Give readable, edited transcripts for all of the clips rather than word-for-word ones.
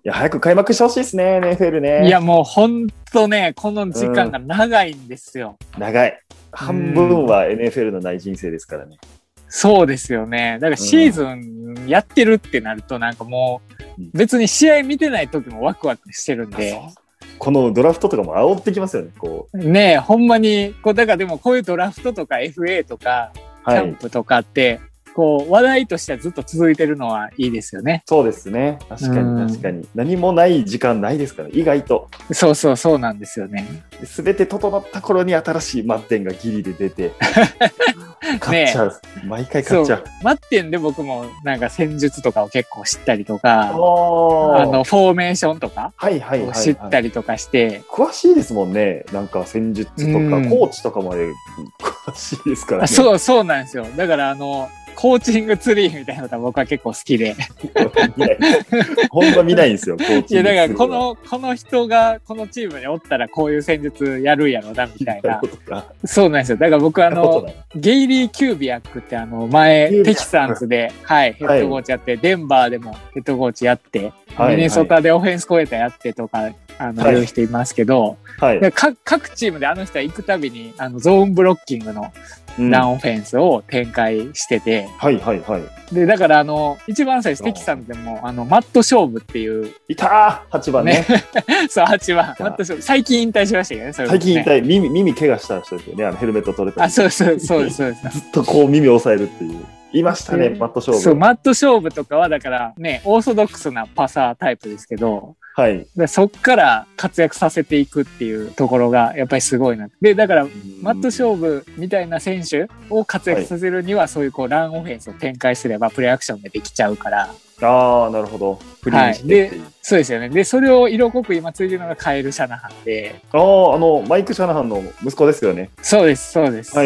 いや、早く開幕してほしいですね、NFL ね。 いや、もうほんとね、この時間が長いんですよ。 長い。半分は NFL のない人生ですからね。 そうですよね。だからシーズンやってるってなると、なんかもう、別に試合見てない時もワクワクしてるんで。 このドラフトとかも煽ってきますよね、こう。 ねえ、ほんまに、だからでもこういうドラフトとか FA とか、キャンプとかって、こう、話題としてはずっと続いてるのはいいですよね。 そうですね。確かに確かに。何もない時間ないですから、意外と。 そうなんですよね。 すべて整った頃に新しいマッテンがギリで出て、買っちゃう。毎回買っちゃう。 マッテンで僕もなんか戦術とかを結構知ったりとか、フォーメーションとかを知ったりとかして。 詳しいですもんね。なんか戦術とか、コーチとかまで詳しいですからね。 そうなんですよ。だからコーチングツリーみたいなのが僕は結構好きで。 ほんま見ないんですよ、コーチングツリー。 いや、だからこの人がこのチームにおったらこういう戦術やるんやろな、みたいな。そうなんですよ。だから僕ゲイリー・キュービアックって前、テキサンズで、はい、ヘッドコーチやって、デンバーでもヘッドコーチやって、ミネソタでオフェンスコーディネーターやってとか、いう人いますけど、各チームで人は行くたびに、ゾーンブロッキングのランオフェンスを展開してて、で、だから一番最初、テキサンズでも、マット勝負っていう。 いたー !8 番ね。 そう、8番。マット勝負。最近引退しましたけどね、それ最近引退。耳怪我した人ですよね。ヘルメット取れた。 そうです。ずっとこう耳を押さえるっていう。いましたね、マット勝負。 そう、マット勝負とかは、だからね、オーソドックスなパサータイプですけど、そっから活躍させていくっていうところがやっぱりすごいな。で、だからマット勝負みたいな選手を活躍させるには、そういうランオフェンスを展開すればプレーアクションでできちゃうから。 ああ、なるほど。フリーにしてっていう。 そうですよね。で、それを色濃く今ついてるのがカエル・シャナハンで。 マイク・シャナハンの息子ですよね。 そうです。 おい。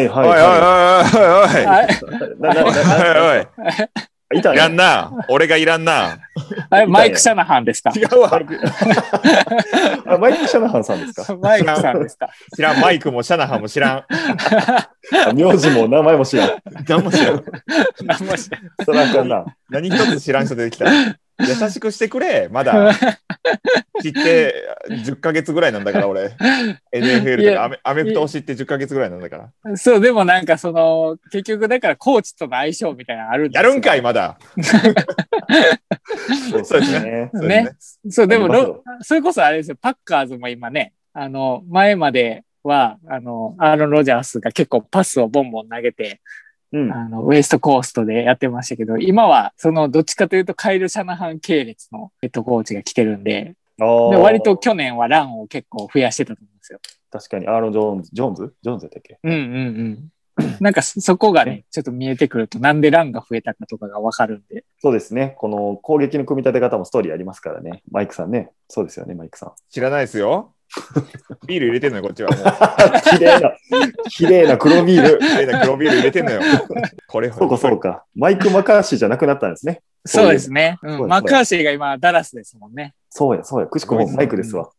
いらんな。俺がいらんな。 あれ、マイク・シャナハンですか？ 違うわ。 マイク・シャナハンさんですか？ マイクさんですか？ 知らん。マイクもシャナハンも知らん。 名字も名前も知らん。 何も知らん。 そらあかんな。 何一つ知らん人出てきた。優しくしてくれ。まだ知って10ヶ月ぐらいなんだから俺。NFL とかアメフトを知って10ヶ月ぐらいなんだから。 そう、でもなんか結局だからコーチとの相性みたいなのあるんですよ。 やるんかいまだ。そうですね。 そう、でもそれこそあれですよ。パッカーズも今ね、前まではアーロン・ロジャースが結構パスをボンボン投げて、ウエストコーストでやってましたけど、今はどっちかというとカイル・シャナハン系列のヘッドコーチが来てるんで、割と去年はランを結構増やしてたと思うんですよ。 確かに、アーロン・ジョーンズだったっけ？ なんかそこがね、ちょっと見えてくると、なんでランが増えたかとかがわかるんで。 そうですね。この攻撃の組み立て方もストーリーありますからね。マイクさんね。そうですよね、マイクさん。 知らないですよ。ビール入れてんのよ、こっちはもう。綺麗な黒ビール。 綺麗な黒ビール入れてんのよ。これそうか。マイク・マカーシーじゃなくなったんですね。 そうですね。マカーシーが今、ダラスですもんね。 そうや。くしくもマイクですわ。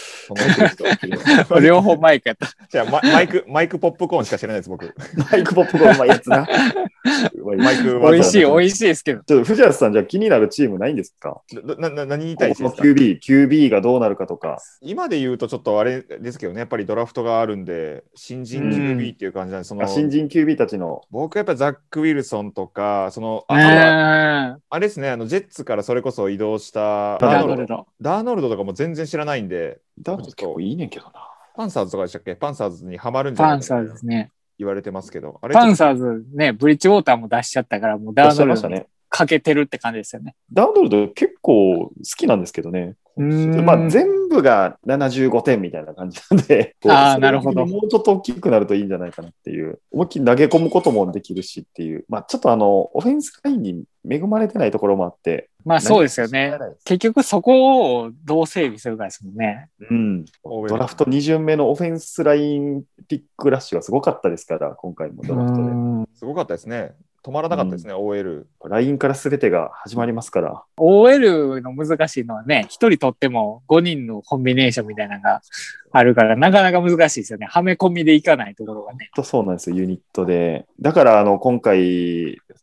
両方マイクやった。 じゃあマイクポップコーンしか知らないです、僕。 マイクポップコーンうまいやつな。 マイク美味しいですけど。 ちょっと藤原さん、じゃあ気になるチームないんですか？ 何に対してですか？ QB がどうなるかとか。 今で言うとちょっとあれですけどね、やっぱりドラフトがあるんで、新人 QB っていう感じなんで、 新人 QB たちの。 僕はやっぱザック・ウィルソンとか、あれですね、ジェッツからそれこそ移動したダーノルドとかも全然知らないんで、 ダーノルド結構いいねんけどな。 パンサーズとかでしたっけ？パンサーズにハマるんじゃないかな。 パンサーズですね。 言われてますけど。 パンサーズね、ブリッジウォーターも出しちゃったから、もうダーノルドにかけてるって感じですよね。 ダーノルド結構好きなんですけどね。全部が75点みたいな感じなんで、 なるほど。 もうちょっと大きくなるといいんじゃないかなっていう、思いっきり投げ込むこともできるしっていう、ちょっとオフェンスラインに恵まれてないところもあって。 そうですよね。結局そこをどう整備するかですもんね。 ドラフト2巡目のオフェンスラインピックラッシュがすごかったですから、今回もドラフトで。 すごかったですね。止まらなかったですね、OL。 ラインから全てが始まりますから。 OL の難しいのはね、1人取っても5人のコンビネーションみたいなのがあるから、なかなか難しいですよね。はめ込みでいかないところがね。 そうなんですよ、ユニットで。だから今回、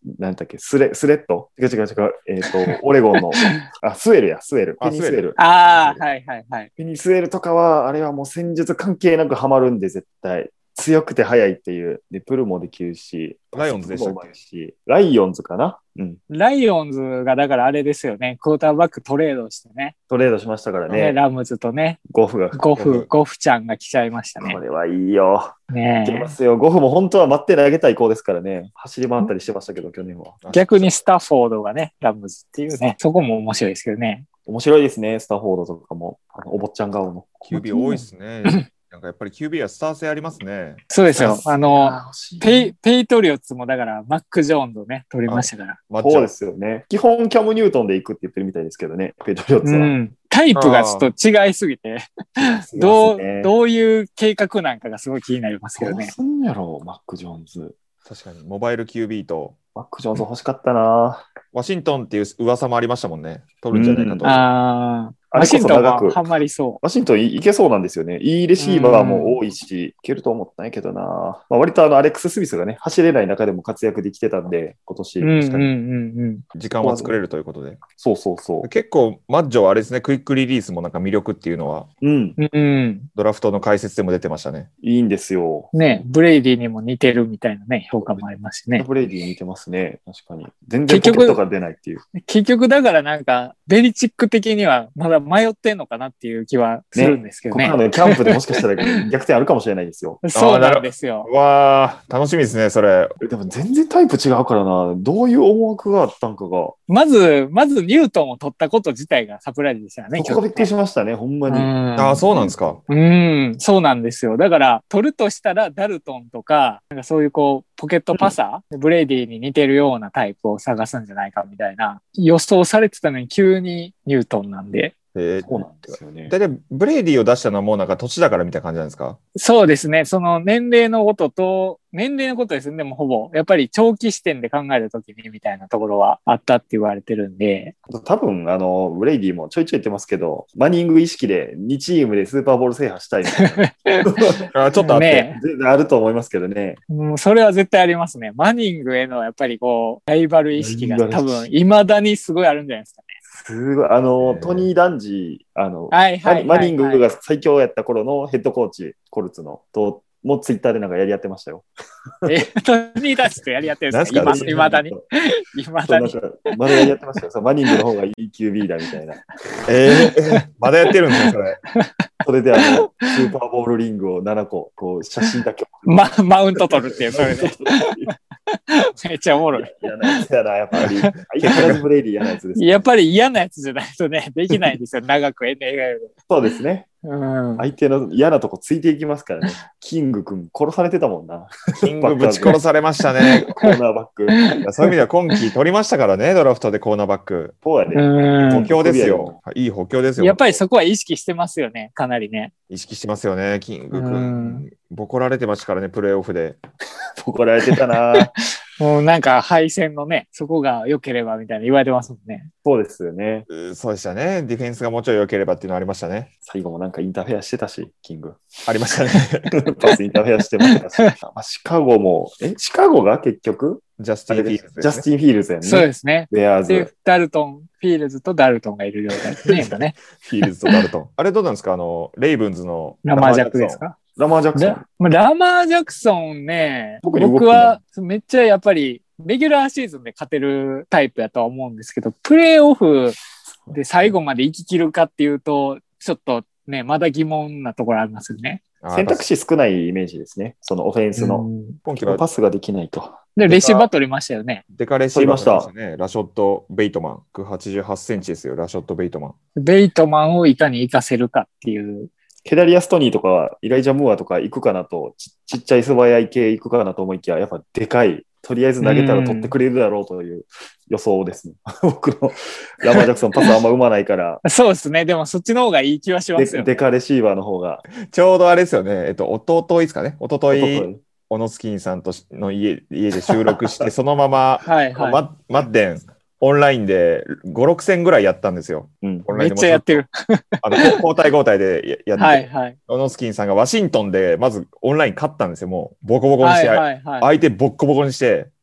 なんだっけ、スレッド違う違う違う。オレゴンの、スエル。ペニスエル。 はいはいはい。 ペニスエルとかは、あれはもう戦術関係なくハマるんで、絶対。強くて速いっていう。で、プルもできるし、 ライオンズでしたっけ？ ライオンズかな。うん。 ライオンズがだからあれですよね。クォーターバックトレードしてね。 トレードしましたからね。 ラムズとね。 ゴフちゃんが来ちゃいましたね。 これはいいよ。 ねえ。 いけますよ。ゴフも本当は待って投げたい子ですからね。走り回ったりしてましたけど、去年は。 逆にスタッフォードがね、ラムズっていうね。そこも面白いですけどね。 面白いですね、スタッフォードとかも。お坊ちゃん顔の。 QB 多いですね。なんかやっぱり QB はスター性ありますね。 そうですよ。ペイトリオッツもだからマック・ジョーンズをね、取りましたから。 そうですよね。基本キャム・ニュートンで行くって言ってるみたいですけどね、ペイトリオッツは。 タイプがちょっと違いすぎて、どういう計画なんかがすごい気になりますけどね。 どうすんやろう、マック・ジョーンズ。 確かに、モバイル QB と。 マック・ジョーンズ欲しかったな。 ワシントンっていう噂もありましたもんね。取るんじゃないかと。 ワシントンはハマりそう。 ワシントンいけそうなんですよね。いいレシーバーも多いし、いけると思ったんやけどな。割とアレックス・スミスがね、走れない中でも活躍できてたんで、今年。確かに。 時間は作れるということで。 そう。 結構、マッジョはあれですね、クイックリリースもなんか魅力っていうのは、ドラフトの解説でも出てましたね。 いいんですよ。 ね、ブレイディにも似てるみたいなね、評価もありますしね。 ブレイディに似てますね。確かに。全然ポケットが出ないっていう。 結局だからなんか、ベリチック的にはまだ迷ってんのかなっていう気はするんですけどね。 ここからのキャンプでもしかしたら逆転あるかもしれないですよ。 そうなんですよ。 わー、楽しみですね、それ。 でも全然タイプ違うからな。どういう思惑があったんかが。 まずニュートンを取ったこと自体がサプライズでしたね。 そこがびっくりしましたね、ほんまに。 そうなんですか。 そうなんですよ。だから、取るとしたらダルトンとか、なんかそういうポケットパサー、ブレイディに似てるようなタイプを探すんじゃないかみたいな予想されてたのに急にニュートンなんで。 そうなんですよね。 大体ブレイディを出したのはもうなんか年だからみたいな感じなんですか？ そうですね。その年齢のことですね。でもほぼ、やっぱり長期視点で考えるときにみたいなところはあったって言われてるんで。 多分、ブレイディもちょいちょい言ってますけど、マニング意識で2チームでスーパーボール制覇したいみたいな。 ちょっとあって、 あると思いますけどね。 それは絶対ありますね。マニングへのやっぱりライバル意識が多分、未だにすごいあるんじゃないですかね。 すごい、トニー・ダンジー、 マニングが最強やった頃のヘッドコーチ、コルツの、もうツイッターでなんかやり合ってましたよ。 トニー・ダンジとやり合ってるんですか？未だに。 まだやり合ってましたよ。マニングの方がいい QB だみたいな。 まだやってるんですね、それ。 それでスーパーボールリングを7個、写真だけ。 マウント取るっていう、それで。めっちゃおもろい。 嫌なやつやな、やっぱり。相変わらずブレイディ嫌なやつです。 やっぱり嫌なやつじゃないとね、できないんですよ、長く映画より。 そうですね。相手の嫌なとこついていきますからね。キング君殺されてたもんな。 キングぶち殺されましたね。 コーナーバック。 そういう意味では今季取りましたからね、ドラフトでコーナーバック。 そうやね。 補強ですよ。いい補強ですよ。 やっぱりそこは意識してますよね、かなりね。 意識してますよね、キング君。ボコられてましたからね、プレーオフで。 ボコられてたな。 もうなんか敗戦のね、そこが良ければみたいな言われてますもんね。 そうですよね。 そうでしたね。ディフェンスがもうちょい良ければっていうのありましたね。 最後もなんかインターフェアしてたし、キング。 ありましたね。 パスインターフェアしてましたし。シカゴも、シカゴが結局ジャスティン・フィールズ、 ジャスティン・フィールズやね。 そうですね。 ベアーズ。 で、ダルトン、フィールズとダルトンがいるようですね。今ね。 フィールズとダルトン。あれどうなんですかレイブンズのラマージャックですか？ ラマージャクソン。 ラマージャクソンね、僕はめっちゃやっぱりレギュラーシーズンで勝てるタイプやとは思うんですけど、プレーオフで最後まで生き切るかっていうと、ちょっとね、まだ疑問なところありますよね。 選択肢少ないイメージですね。そのオフェンスの。今季はパスができないと。 で、レシーバー取りましたよね。 デカレシーバー取りましたね。ラショット・ベイトマン。188センチですよ、ラショット・ベイトマン。 ベイトマンをいかに活かせるかっていう。 ケダリアストニーとかイライジャ・ムーアとか行くかなと、ちっちゃい素早い系行くかなと思いきや、やっぱでかい。とりあえず投げたら取ってくれるだろうという予想ですね。僕のラマージャクソンパスあんま生まないから。 そうですね。でもそっちの方がいい気はしますよね。 デカレシーバーの方が。 ちょうどあれですよね。弟ですかね。弟オノスキンさんとの家で収録して、そのままはい、 マッデンオンラインで5、6戦ぐらいやったんですよ。 めっちゃやってる。 交代でやって、 はい、 オノスキンさんがワシントンでまずオンライン勝ったんですよ。もうボコボコにして、相手ボッコボコにして、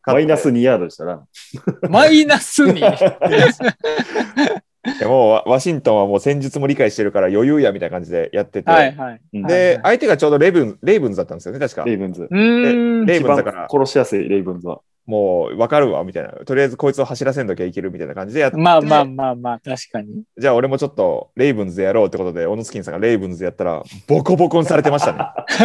マイナス2ヤードでしたら。 マイナスに。 いやもうワシントンはもう戦術も理解してるから余裕やみたいな感じでやってて、 はいはい。 で、相手がちょうどレイブンズだったんですよね、確か。 レイブンズ。 レイブンズだから。 殺しやすい、レイブンズは。 もう分かるわみたいな。とりあえずこいつを走らせんときゃいけるみたいな感じでやって。 まあ、確かに。 じゃあ俺もちょっとレイブンズでやろうってことで、オノスキンさんがレイブンズでやったら、ボコボコにされてましたね。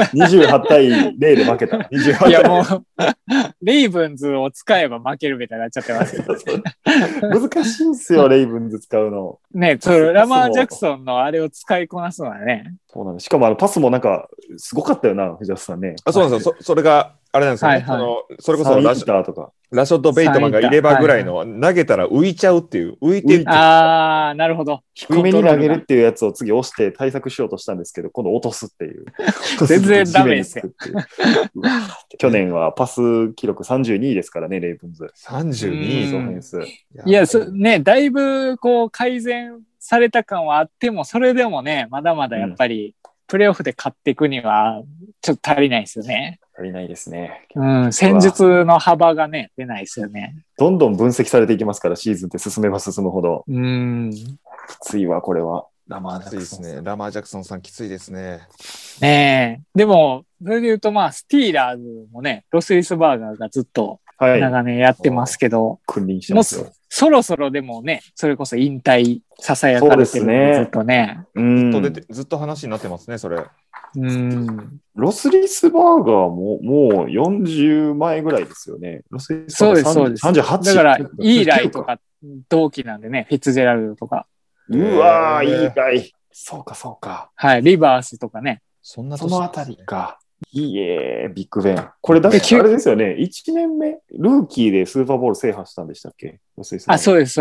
28対0で負けた。28対いやもう、レイブンズを使えば負けるみたいになっちゃってますけど。 難しいんすよ、レイブンズ使うの。 ね、ラマー・ジャクソンのあれを使いこなすのはね。 そうなんです。しかもパスもなんか、すごかったよな、藤田さんね。 あ、そうなんですよ。それが、あれなんですよね。それこそラショット・ベイトマンがいればぐらいの、投げたら浮いちゃうっていう。浮いてああ、なるほど。 低めに投げるっていうやつを次押して対策しようとしたんですけど、今度落とすっていう。 全然ダメですよ。 去年はパス記録32位ですからね、レイブンズ。 32位オフェンス。 いや、ね、だいぶこう改善された感はあっても、それでもね、まだまだやっぱり、プレーオフで勝っていくには、ちょっと足りないですよね。 足りないですね。 戦術の幅がね、出ないですよね。 どんどん分析されていきますから、シーズンって進めば進むほど。きついわ、これは。ラマー・ジャクソンさん。 ラマー・ジャクソンさんきついですね。 ねえ。でも、それで言うと、スティーラーズもね、ロスリスバーガーがずっと長年やってますけど、 君臨してますよ。 そろそろでもね、それこそ引退ささやかれてるんで、ずっとね。 ずっと話になってますね、それ。 ロスリスバーガーももう40前ぐらいですよね。ロスリスバーガーそうです。 38 だから、イーライとか同期なんでね、フィッツジェラルドとか。 うわー、イーライ。そうか。 はい、リバースとかね。 そのあたりか。いいえ、ビッグベン。これだってあれですよね。1年目、ルーキーでスーパーボール制覇したんでしたっけ？ そうです。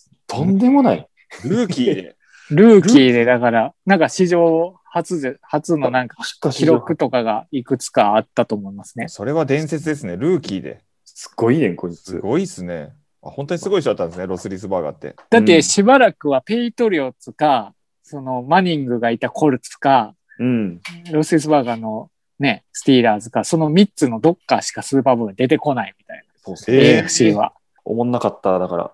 とんでもない。 ルーキーで。 ルーキーで、だから、なんか史上初のなんか記録とかがいくつかあったと思いますね。 それは伝説ですね、ルーキーで。 すごいね、こいつ。 すごいっすね。本当にすごい人だったんですね、ロスリスバーガーって。 だってしばらくはペイトリオッツか、そのマニングがいたコルツか、ロスリスバーガーのね、スティーラーズか、その3つのどっかしかスーパーボール出てこないみたいな。 そうですね。 AFC は。 おもんなかった、だから。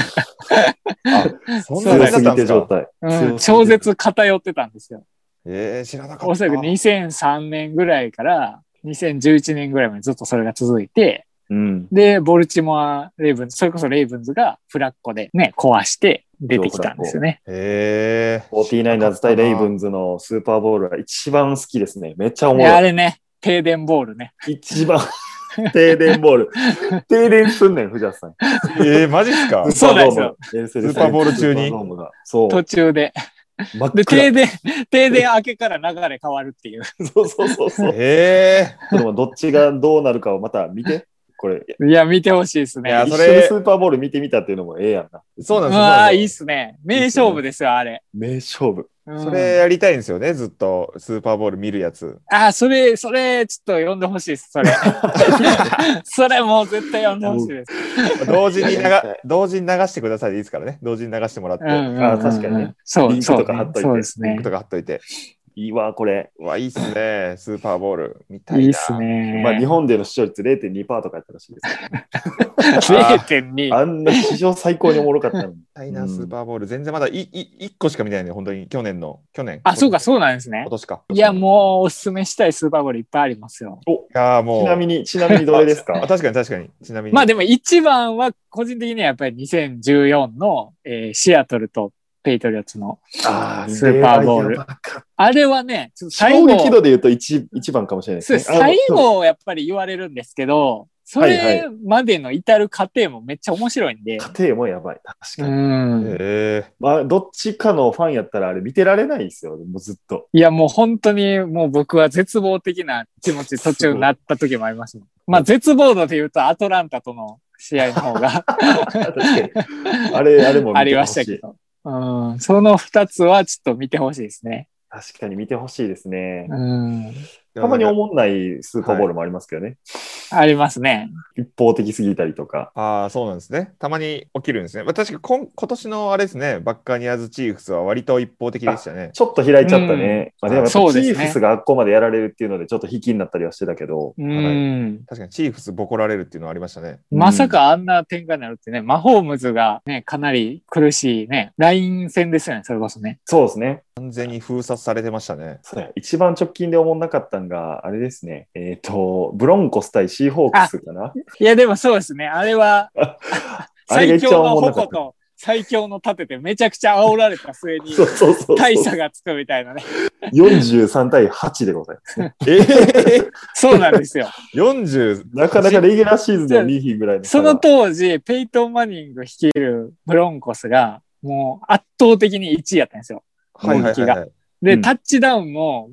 そんなに強すぎて状態。 超絶偏ってたんですよ。 知らなかった。 おそらく2003年ぐらいから2011年ぐらいまでずっとそれが続いて、で、ボルチモア・レイブンズ、それこそレイブンズがフラッコでね、壊して出てきたんですよね。 49ers 対レイブンズのスーパーボールは一番好きですね。めっちゃおもろい。 あれね、停電ボールね。 一番停電ボール。停電すんねん、藤田さん。 マジっすか？ そうなんですよ。 スーパーボール中に。 途中で。で、停電明けから流れ変わるっていう。 そう。でもどっちがどうなるかをまた見て。これ。 いや、見てほしいですね。 一緒にスーパーボール見てみたっていうのもええやんな。 そうなんですよ。 いいっすね。名勝負ですよ、あれ。 名勝負。 それやりたいんですよね、ずっとスーパーボール見るやつ。 それ、ちょっと読んでほしいです、それ。それもう絶対読んでほしいです。 同時に流してくださいでいいですからね。同時に流してもらって。 確かにね。リンクとか貼っといて。 そうですね。 リンクとか貼っといて。 いいわ、これ。 いいっすね。スーパーボール。見たいな。 いいっすね。 日本での視聴率 0.2% とかやったらしいです。 0.2? あんな史上最高におもろかったのに。 見たいな、スーパーボール。全然まだ1個しか見てないね、本当に。去年。 そうなんですね。 今年か。 いや、もうおすすめしたいスーパーボールいっぱいありますよ。 もうちなみにどれですか？ 確かに。ちなみに。 でも一番は個人的にはやっぱり2014の、シアトルとペイトリオッツのスーパーボール。あれはね、 衝撃度で言うと一番かもしれないですね。 最後やっぱり言われるんですけど、それまでの至る過程もめっちゃ面白いんで。 過程もやばい。確かに。どっちかのファンやったらあれ見てられないですよ。もうずっと。 いや、もう本当にもう僕は絶望的な気持ち途中になった時もあります。絶望度で言うとアトランタとの試合の方が確かに。あれも見てほしい。 ありましたけど。その2つはちょっと見てほしいですね。 確かに見てほしいですね。 たまに思んないスーパーボールもありますけどね。 ありますね。 一方的すぎたりとか。 ああ、そうなんですね。たまに起きるんですね。確か今年のあれですね、バッカニアーズチーフスは割と一方的でしたね。 ちょっと開いちゃったね。でもやっぱチそうですねーフスがあっこまでやられるっていうので、ちょっと引きになったりはしてたけど。 確かにチーフスボコられるっていうのはありましたね。 まさかあんな展開になるってね、マホームズがね、かなり苦しいね、ライン戦ですよね、それこそね。 そうですね。 完全に封殺されてましたね。 そうや一番直近で思んなかったんが、あれですね。ブロンコス対シーホークスかな。 いや、でもそうですね。あれは、最強の矛と最強の盾でめちゃくちゃ煽られた末に、大差がつくみたいなね。 43対8でございますね。 そうなんですよ。 40。 なかなかレギュラーシーズンでは2品ぐらいの。 その当時、ペイトン・マニング率いるブロンコスが、もう圧倒的に1位やったんですよ。攻撃が。で、タッチダウンも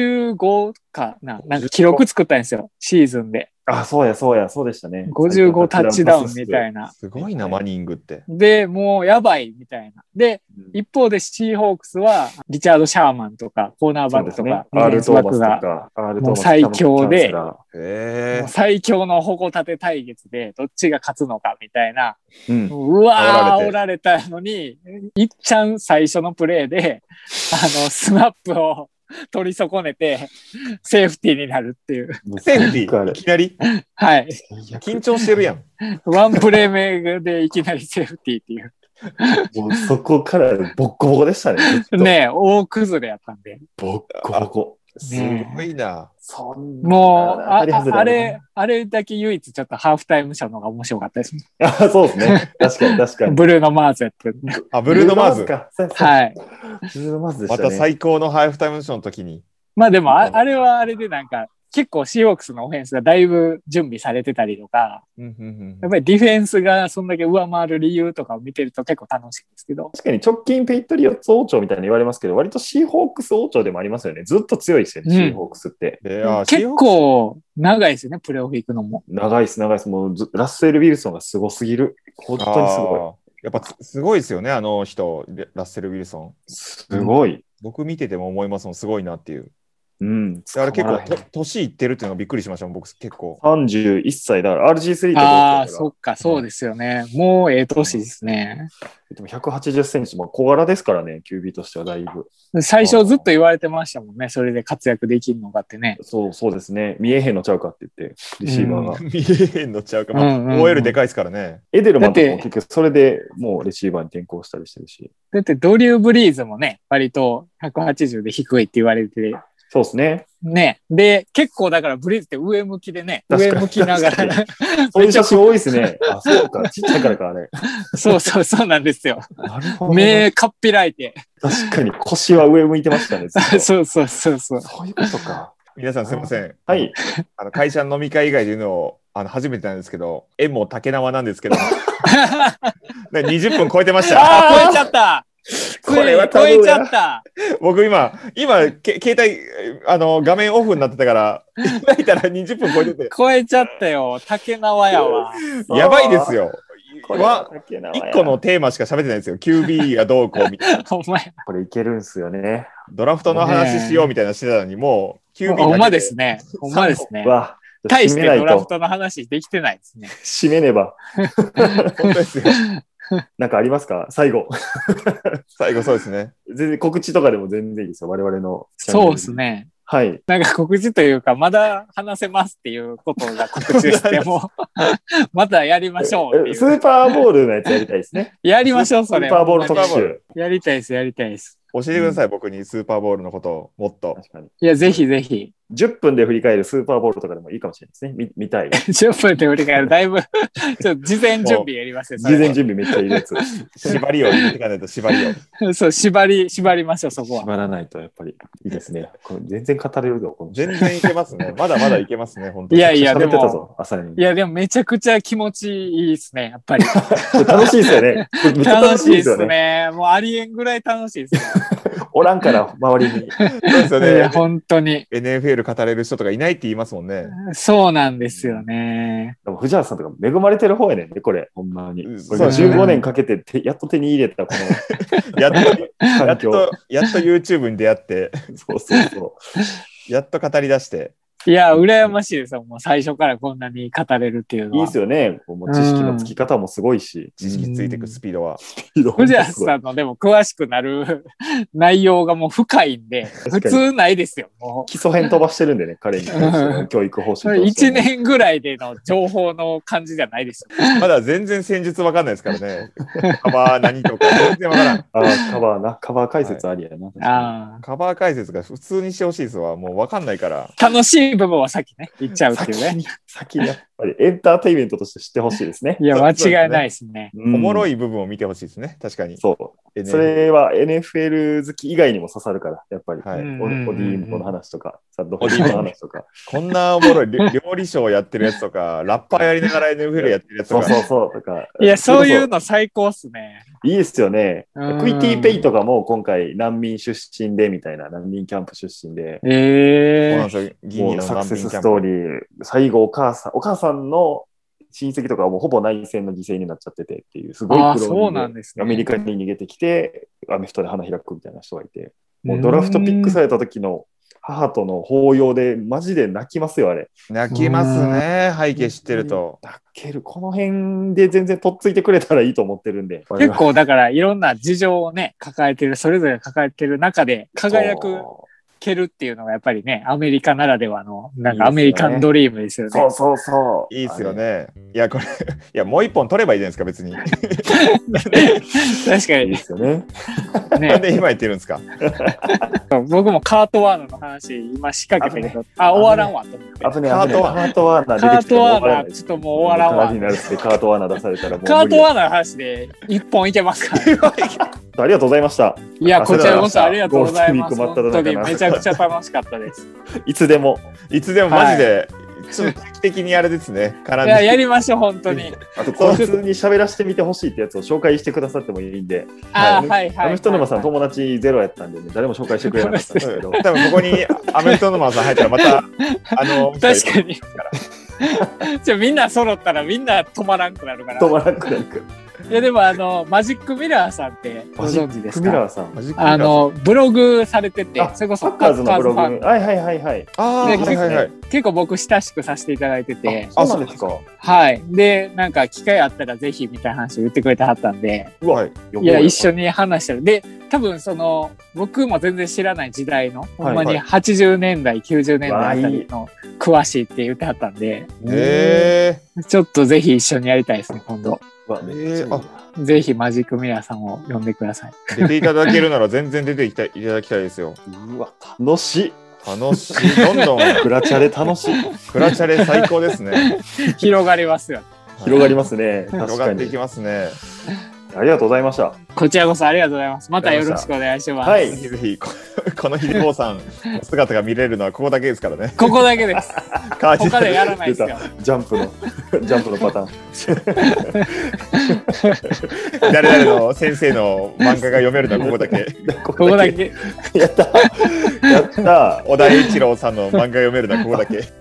55かな、なんか記録作ったんですよ、シーズンで。 あ、そうや、そうでしたね。 55タッチダウンみたいな。 すごいな、マニングって。 で、もうやばいみたいな。で、一方でシーホークスは、リチャード・シャーマンとか、コーナーバックとか、 アール・トーマスとか、 もう最強で、 もう最強の矛立て対決で、どっちが勝つのかみたいな。 うわー、煽られたのに、いっちゃん最初のプレーで、スナップを、取り損ねて、セーフティーになるっていう。 セーフティーいきなりはい。 緊張してるやん。 ワンプレー目でいきなりセーフティーっていう。 もうそこからボッコボコでしたね。 ねえ、大崩れやったんで。 ボッコボコ。 すごいな。 もう、あれだけ唯一ちょっとハーフタイムショーの方が面白かったですね。 そうですね。確かに。 ブルーノ・マーズやってる。 ブルーノ・マーズか。 はい。 ブルーノ・マーズでしたね。また最高のハーフタイムショーの時に。 まあでも、あれはあれでなんか、結構シーホークスのオフェンスがだいぶ準備されてたりとか、やっぱりディフェンスがそんだけ上回る理由とかを見てると結構楽しいんですけど。 確かに直近ペイトリオッツ王朝みたいに言われますけど、割とシーホークス王朝でもありますよね。ずっと強いですよね、シーホークスって。 結構長いですよね、プレーオフ行くのも。 長いです。もうラッセル・ウィルソンがすごすぎる。本当にすごい。 やっぱすごいですよね、あの人、ラッセル・ウィルソン。 すごい。 僕見てても思いますもん、すごいなっていう。 うん。 だから結構年いってるっていうのがびっくりしましたもん、僕結構。 31歳だから、RG3 とああ、そっか、そうですよね。もう年ですね。 でも180センチ、小柄ですからね、QB としてはだいぶ。 最初ずっと言われてましたもんね、それで活躍できるのかってね。 そうですね。見えへんのちゃうかって言って、リシーバーが。 見えへんのちゃうか。OL でかいですからね。 エデルマンとかも結局それでもうレシーバーに転向したりしてるし。 だってドリュー・ブリーズもね、割と180で低いって言われて。 そうですね。 ね。で、結構だからブリーズって上向きでね、上向きながら。 そういう写真多いですね。あ、そうか。ちっちゃいからか、あれ。 そうなんですよ。 なるほど。 目かっぴらいて。 確かに腰は上向いてましたね。 そう。そういうことか。 皆さんすいません。 はい。 会社の飲み会以外で言うのを初めてなんですけど、縁も竹縄なんですけど、20分超えてました。 超えちゃった。これは超えちゃった。 僕今携帯画面オフになってたから開いたら20分超えてて。 超えちゃったよ。竹縄やわ。 やばいですよ。1個のテーマしか喋ってないですよ。QB がどうこうみたいな。 お前これいけるんすよね。 ドラフトの話しようみたいなしてたのに、もう QB だけで。 ほんまですね。ほんまですね。大してドラフトの話できてないですね。 締めねば。 本当ですよ。 なんかありますか最後。 最後そうですね。 全然告知とかでも全然いいですよ。我々の。 そうですね。 はい。 なんか告知というか、まだ話せますっていうことが告知しても、またやりましょうっていう。 スーパーボールのやつやりたいですね。 やりましょう、それ。 スーパーボール特集。 やりたいです。 教えてください、僕にスーパーボールのことをもっと。 確かに。 いや、ぜひぜひ。 10分で振り返るスーパーボールとかでもいいかもしれないですね。見たい。 10分で振り返る。だいぶ、ちょっと事前準備やりますよ。 事前準備めっちゃいいやつ。 縛りを入れていかないと、縛りを。そう、縛りましょう、そこは。 縛らないと、やっぱりいいですね。これ全然語れるぞ、この全然いけますね。まだまだいけますね、本当に。 いや、でも、 でもめちゃくちゃ気持ちいいですね、やっぱり。 楽しいですよね。 楽しいですね。もうありえんぐらい楽しいですね。 おらんから、周りに。 そうですよね。 いや、本当に。 NFL 語れる人とかいないって言いますもんね。 そうなんですよね。 でも藤原さんとか恵まれてる方やねんね、これ、ほんまに。15年かけてやっと手に入れた、この。 やっと YouTube に出会って。 そう。 やっと語り出して。 いや、羨ましいですよ。もう最初からこんなに語れるっていうのは。 いいですよね。もう知識のつき方もすごいし。 知識ついていくスピードは。 藤原さんのでも詳しくなる内容がもう深いんで、普通ないですよ。もう基礎編飛ばしてるんでね、彼に対しての教育方針として 1年ぐらいでの情報の感じじゃないですよ。 まだ全然戦術わかんないですからね。カバー何とか全然わからん。 カバー解説ありやな。 カバー解説が普通にしてほしいですわ。もうわかんないから。 楽しい部分は先ね、言っちゃうっていうね。 先にやっぱりエンターテイメントとして知ってほしいですね。 いや、間違いないですね。 おもろい部分を見てほしいですね。確かに。 そう。それは NFL 好き以外にも刺さるから、やっぱり。 はい、 オディーモの話とか、サッドホディーモの話とか。 こんなおもろい料理ショーやってるやつとか、ラッパーやりながら NFL やってるやつとか。 そうとか。 いや、そういうの最高っすね。 いいですよね。クイティペイとかも今回難民出身でみたいな、難民キャンプ出身で。 そうなんですよ。ギニのサクセスストーリー。最後お母さんの親戚とかはもうほぼ内戦の犠牲になっちゃっててっていう、すごい苦労で、アメリカに逃げてきて、アメフトで花開くみたいな人がいて、もうドラフトピックされた時の母との抱擁でマジで泣きますよ、あれ。 泣きますね、背景知ってると。 泣ける。この辺で全然とっついてくれたらいいと思ってるんで。 結構だからいろんな事情をね、抱えてる、それぞれ抱えてる中で輝く。けるっていうのがやっぱりね、アメリカならではの、なんかアメリカンドリームですよね。 そう。 いいっすよね。いや、これ、いや、もう一本取ればいいじゃないですか、別に。 確かに。 いいですよね。 なんで今言ってるんですか。 僕もカートワーナーの話、今仕掛けたけど、終わらんわと思って。 カートワーナー出てきてカートワーナー、ちょっともう終わらんわ。 カートワーナー出されたらもう。 カートワーナーの話で一本いけますから。 ありがとうございました。 いや、こちらこそありがとうございます。本当にめちゃくちゃ楽しかったです。 いつでもマジで、ちょっと定期的にあれですね。 いや、やりましょう、本当に。 あと、普通に喋らせてみてほしいってやつを紹介してくださってもいいんで。 はい。 アメフト沼さん友達ゼロやったんでね、誰も紹介してくれなかったんですけど。 多分ここにアメフト沼さん入ったらまた、 確かに。みんな揃ったらみんな止まらんくなるから。 止まらんくなるから。 いやでもマジックミラーさんってご存知ですか？ マジックミラーさん。 ブログされてて、それこそサッカーズのブログ。はい。 結構僕親しくさせていただいてて。 そうなんですか。 はい。で、なんか機会あったらぜひみたいな話を言ってくれてはったんで。いや、一緒に話してる。で、多分僕も全然知らない時代の、ほんまに80年代、90年代あたりの詳しいって言ってはったんで。ちょっとぜひ一緒にやりたいですね、今度。ぜひマジックミラーさんを呼んでください。 出ていただけるなら全然出ていただきたいですよ。 うわ、楽しい。 どんどん。 クラチャレ楽しい。 クラチャレ最高ですね。 広がりますよ。 広がりますね。 広がっていきますね。 ありがとうございました。 こちらこそありがとうございます。またよろしくお願いします。 はい。ぜひ、このひでぼうさんの姿が見れるのはここだけですからね。 ここだけです。他でやらないですよ。 ジャンプのパターン。誰々の先生の漫画が読めるのはここだけ。 ここだけ。 やった。 小田栄一郎さんの漫画が読めるのはここだけ。